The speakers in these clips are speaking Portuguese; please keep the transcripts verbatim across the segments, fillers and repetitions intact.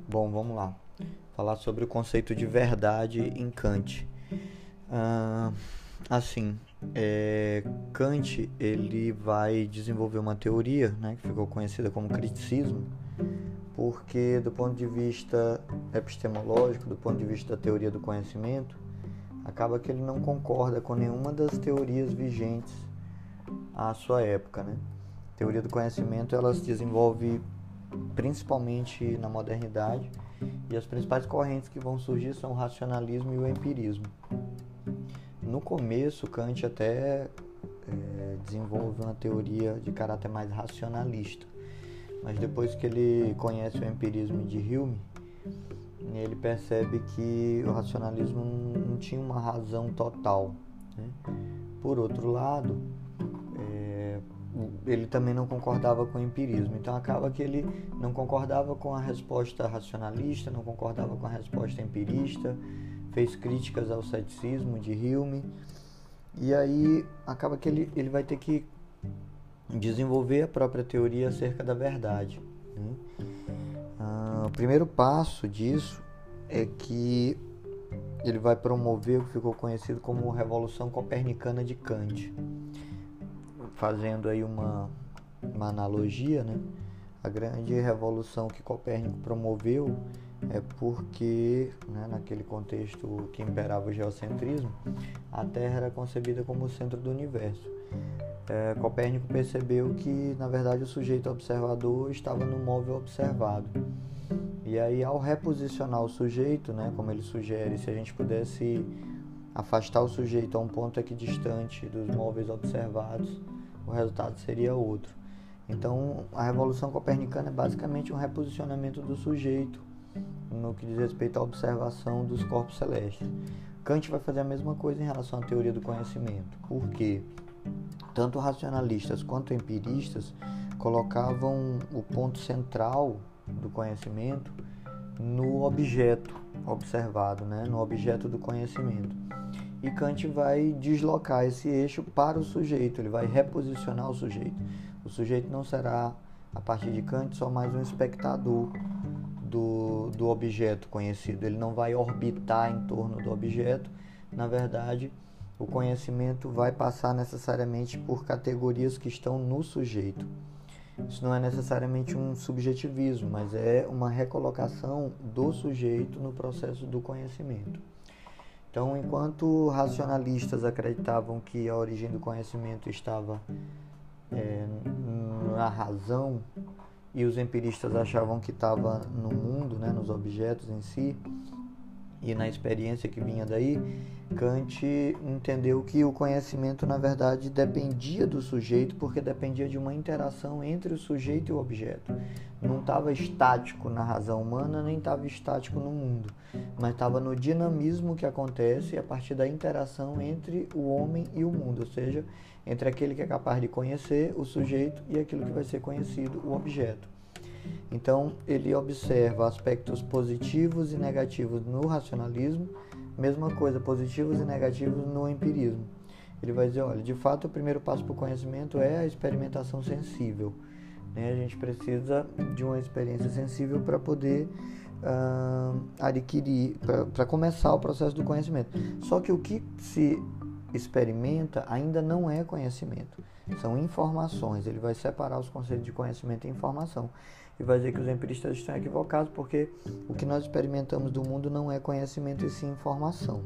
Bom, vamos lá. Falar sobre o conceito de verdade em Kant. Ah, assim, é, Kant ele vai desenvolver uma teoria, né, que ficou conhecida como criticismo, porque do ponto de vista epistemológico, do ponto de vista da teoria do conhecimento, acaba que ele não concorda com nenhuma das teorias vigentes à sua época, né? A teoria do conhecimento ela se desenvolve principalmente na modernidade, e as principais correntes que vão surgir são o racionalismo e o empirismo. No começo, Kant até é, desenvolve uma teoria de caráter mais racionalista, mas depois que ele conhece o empirismo de Hume, ele percebe que o racionalismo não tinha uma razão total, né? Por outro lado, é, ele também não concordava com o empirismo, então acaba que ele não concordava com a resposta racionalista, não concordava com a resposta empirista, fez críticas ao ceticismo de Hume, e aí acaba que ele, ele vai ter que desenvolver a própria teoria acerca da verdade, né? Ah, o primeiro passo disso é que ele vai promover o que ficou conhecido como Revolução Copernicana de Kant, fazendo aí uma, uma analogia, né? A grande revolução que Copérnico promoveu é porque, né, naquele contexto que imperava o geocentrismo, a Terra era concebida como o centro do universo. É, Copérnico percebeu que, na verdade, o sujeito observador estava no móvel observado. E aí, ao reposicionar o sujeito, né, como ele sugere, se a gente pudesse afastar o sujeito a um ponto equidistante dos móveis observados, o resultado seria outro. Então, a Revolução Copernicana é basicamente um reposicionamento do sujeito no que diz respeito à observação dos corpos celestes. Kant vai fazer a mesma coisa em relação à teoria do conhecimento, porque tanto racionalistas quanto empiristas colocavam o ponto central do conhecimento no objeto observado, né? No objeto do conhecimento. E Kant vai deslocar esse eixo para o sujeito, ele vai reposicionar o sujeito. O sujeito não será, a partir de Kant, só mais um espectador do, do objeto conhecido. Ele não vai orbitar em torno do objeto. Na verdade, o conhecimento vai passar necessariamente por categorias que estão no sujeito. Isso não é necessariamente um subjetivismo, mas é uma recolocação do sujeito no processo do conhecimento. Então, enquanto racionalistas acreditavam que a origem do conhecimento estava é, na razão, e os empiristas achavam que estava no mundo, né, nos objetos em si, e na experiência que vinha daí, Kant entendeu que o conhecimento, na verdade, dependia do sujeito, porque dependia de uma interação entre o sujeito e o objeto. Não estava estático na razão humana, nem estava estático no mundo, mas estava no dinamismo que acontece a partir da interação entre o homem e o mundo, ou seja, entre aquele que é capaz de conhecer, o sujeito, e aquilo que vai ser conhecido, o objeto. Então, ele observa aspectos positivos e negativos no racionalismo, mesma coisa, positivos e negativos no empirismo. Ele vai dizer, olha, de fato, o primeiro passo para o conhecimento é a experimentação sensível, né? A gente precisa de uma experiência sensível para poder uh, adquirir, para começar o processo do conhecimento. Só que o que se experimenta ainda não é conhecimento, são informações. Ele vai separar os conceitos de conhecimento e informação e vai dizer que os empiristas estão equivocados, porque o que nós experimentamos do mundo não é conhecimento e sim informação.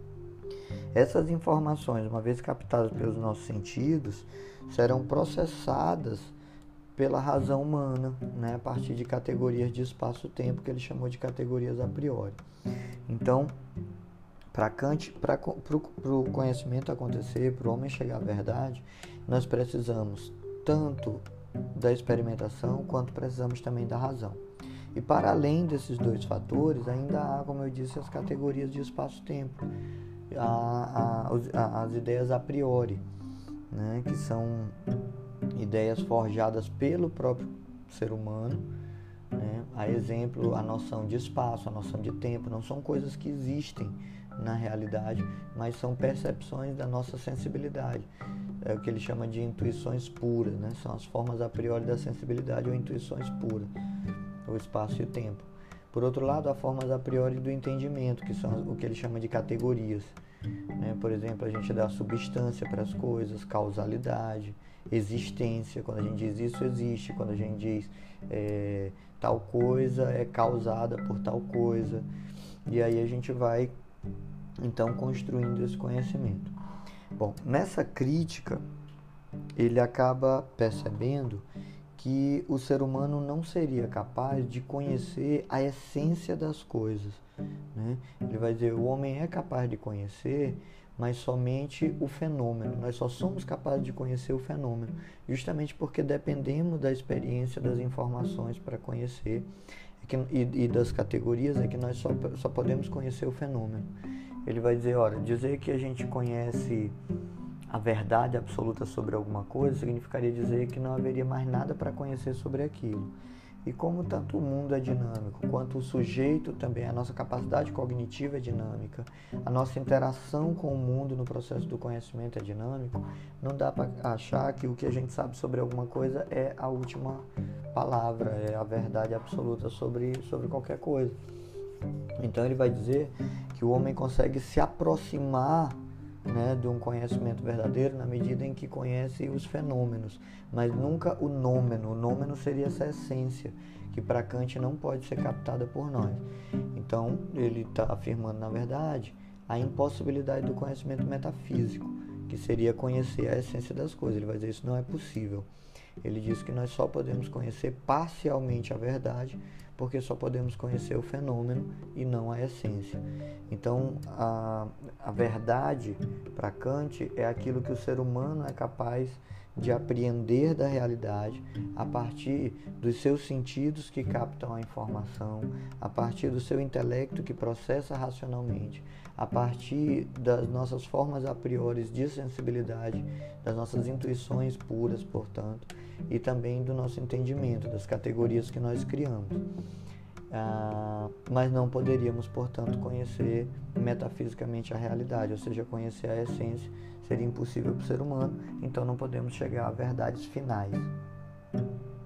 Essas informações, uma vez captadas pelos nossos sentidos, serão processadas pela razão humana, né, a partir de categorias de espaço-tempo, que ele chamou de categorias a priori. Então, para Kant, para o conhecimento acontecer, para o homem chegar à verdade, nós precisamos tanto da experimentação quanto precisamos também da razão. E para além desses dois fatores, ainda há, como eu disse, as categorias de espaço-tempo, a, a, as ideias a priori, né, que são ideias forjadas pelo próprio ser humano, né? A exemplo, a noção de espaço, a noção de tempo, não são coisas que existem na realidade, mas são percepções da nossa sensibilidade. É o que ele chama de intuições puras, né? São as formas a priori da sensibilidade ou intuições puras, o espaço e o tempo. Por outro lado, há formas a priori do entendimento, que são o que ele chama de categorias. Né? Por exemplo, a gente dá substância para as coisas, causalidade, existência, quando a gente diz isso existe, quando a gente diz é, tal coisa é causada por tal coisa, e aí a gente vai então construindo esse conhecimento. Bom, nessa crítica ele acaba percebendo que o ser humano não seria capaz de conhecer a essência das coisas, né? Ele vai dizer, o homem é capaz de conhecer, mas somente o fenômeno. Nós só somos capazes de conhecer o fenômeno, justamente porque dependemos da experiência, das informações para conhecer é que, e, e das categorias, é que nós só, só podemos conhecer o fenômeno. Ele vai dizer, olha, dizer que a gente conhece a verdade absoluta sobre alguma coisa significaria dizer que não haveria mais nada para conhecer sobre aquilo. E como tanto o mundo é dinâmico, quanto o sujeito também, a nossa capacidade cognitiva é dinâmica, a nossa interação com o mundo no processo do conhecimento é dinâmico, não dá para achar que o que a gente sabe sobre alguma coisa é a última palavra, é a verdade absoluta sobre, sobre qualquer coisa. Então ele vai dizer que o homem consegue se aproximar, né, de um conhecimento verdadeiro na medida em que conhece os fenômenos, mas nunca o nômeno. O nômeno seria essa essência que para Kant não pode ser captada por nós. Então ele está afirmando, na verdade, a impossibilidade do conhecimento metafísico, que seria conhecer a essência das coisas. Ele vai dizer isso não é possível. Ele diz que nós só podemos conhecer parcialmente a verdade, porque só podemos conhecer o fenômeno e não a essência. Então, a, a verdade, para Kant, é aquilo que o ser humano é capaz de apreender da realidade a partir dos seus sentidos que captam a informação, a partir do seu intelecto que processa racionalmente, a partir das nossas formas a priori de sensibilidade, das nossas intuições puras, portanto, e também do nosso entendimento, das categorias que nós criamos. Ah, mas não poderíamos, portanto, conhecer metafisicamente a realidade, ou seja, conhecer a essência seria impossível para o ser humano, então não podemos chegar a verdades finais.